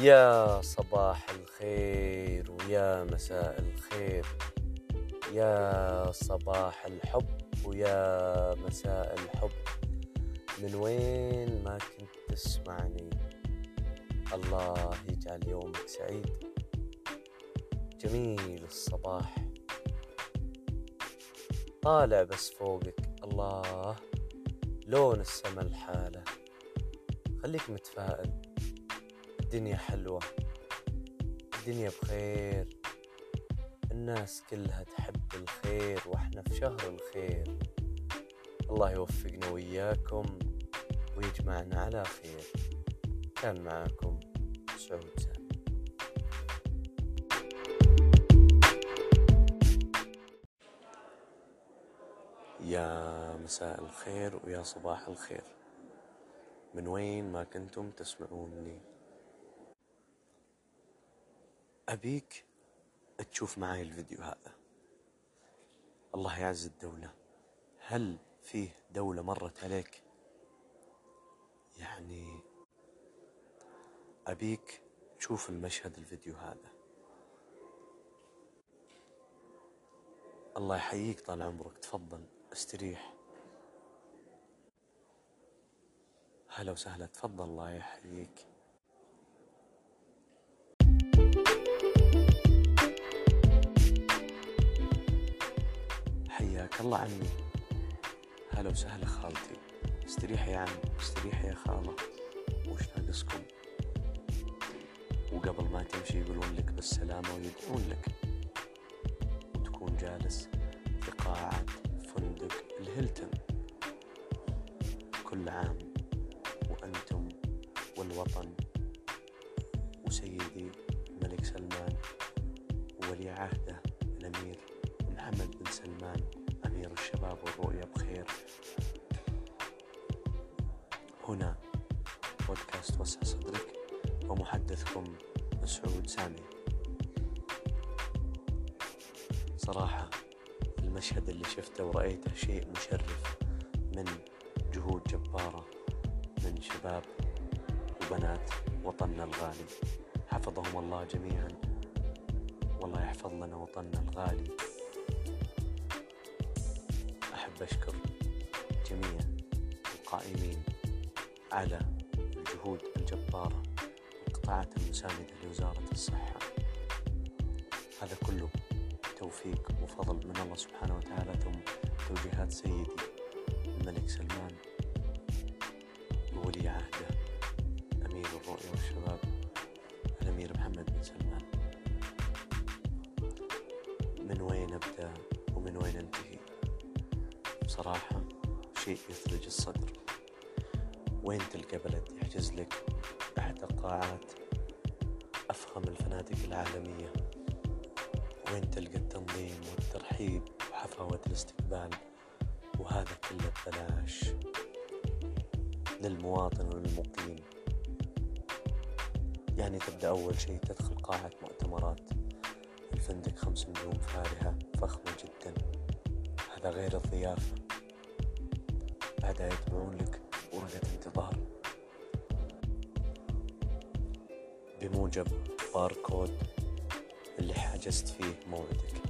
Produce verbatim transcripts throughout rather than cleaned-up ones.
يا صباح الخير ويا مساء الخير، يا صباح الحب ويا مساء الحب، من وين ما كنت تسمعني. الله يجعل يومك سعيد، جميل الصباح، طالع بس فوقك الله لون السما الحالة. خليك متفائل، الدنيا حلوة، الدنيا بخير، الناس كلها تحب الخير واحنا في شهر الخير. الله يوفقنا وإياكم ويجمعنا على خير. كان معاكم سعود سامي. يا مساء الخير ويا صباح الخير، من وين ما كنتم تسمعوني. أبيك تشوف معاي الفيديو هذا. الله يعز الدولة. هل فيه دولة مرت عليك؟ يعني أبيك تشوف المشهد الفيديو هذا. الله يحييك، طال عمرك، تفضل استريح. هلا وسهلا، تفضل، الله يحييك. حياك الله عمي. هلا وسهلا خالتي، استريح يا عم، استريح يا خالة، وش ناقصكم؟ وقبل ما تمشي يقولون لك بالسلامة ويدعون لك، وتكون جالس في قاعة فندق الهيلتون. كل عام وأنتم والوطن وسيدي الملك سلمان وولي عهده الأمير محمد بن سلمان أمير الشباب والرؤية بخير. هنا بودكاست وسع صدرك ومحدثكم سعود سامي. صراحة المشهد اللي شفته ورأيته شيء مشرف، من جهود جبارة من شباب وبنات وطننا الغالي، حفظهم الله جميعا، والله يحفظ لنا وطننا الغالي. أحب أشكر جميع القائمين على الجهود الجبارة والقطاعات المساندة لوزارة الصحة. هذا كله توفيق وفضل من الله سبحانه وتعالى، ثم توجيهات سيدي الملك سلمان وولي عهده أمير الرؤية والشباب الأمير محمد بن سلمان. من وين أبدأ ومن وين أنتهي؟ بصراحة شيء يثلج الصدر. وين تلقى بلد يحجز لك أحد قاعات أفخم الفنادق العالمية؟ وين تلقى التنظيم والترحيب وحفاوة الاستقبال؟ وهذا كله ببلاش للمواطن والمقيم. يعني تبدأ أول شيء تدخل قاعة مؤتمرات، الفندق خمس نجوم فارهة فخمة جدا، هذا غير الضيافة. بعدها يتبعون لك ورقة انتظار بموجب باركود اللي حجزت فيه موعدك.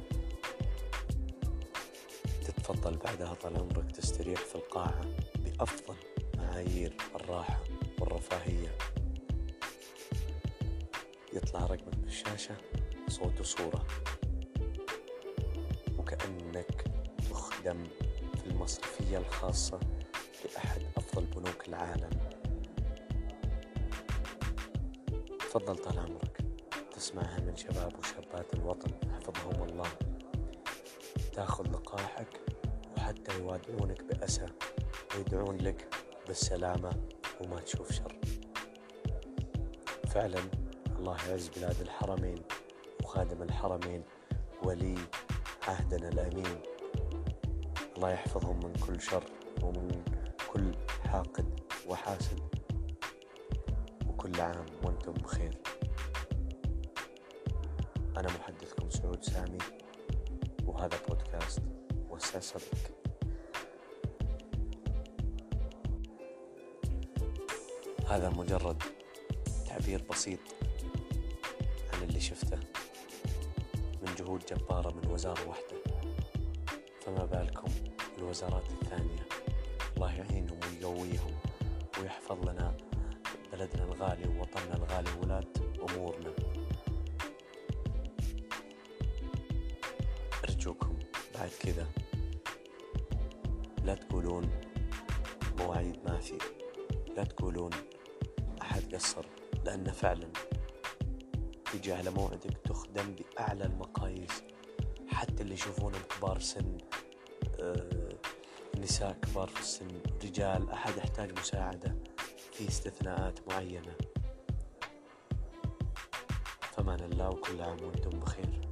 تتفضل بعدها طال عمرك تستريح في القاعة بأفضل معايير الراحة والرفاهية. يطلع رقمك بالشاشة صوت وصورة، وكأنك تخدم في المصرفية الخاصة لأحد أفضل بنوك العالم. تفضل طال عمرك تسمعها من شباب وشابات الوطن حفظهم الله، تاخذ لقاحك وحتى يوادعونك بأسى ويدعون لك بالسلامة وما تشوف شر. فعلا الله يعز بلاد الحرمين وخادم الحرمين ولي عهدنا الأمين. الله يحفظهم من كل شر ومن كل حاقد وحاسد، وكل عام وانتم بخير. أنا محدثكم سعود سامي، وهذا بودكاست وسع صدرك. هذا مجرد تعبير بسيط عن اللي شفته من جهود جبارة من وزارة واحدة، فما بالكم الوزارات الثانية. الله يعينهم ويقويهم ويحفظ لنا بلدنا الغالي ووطننا الغالي وولاة أمورنا. أرجوكم بعد كذا لا تقولون مواعيد ما في، لا تقولون أحد قصر، لأن فعلا تيجي على موعدك تخدم بأعلى المقاييس. حتى اللي يشوفونهم كبار سن، آه، نساء كبار في السن، رجال، أحد يحتاج مساعدة، في استثناءات معينة. فمان الله وكل عام وانتم بخير.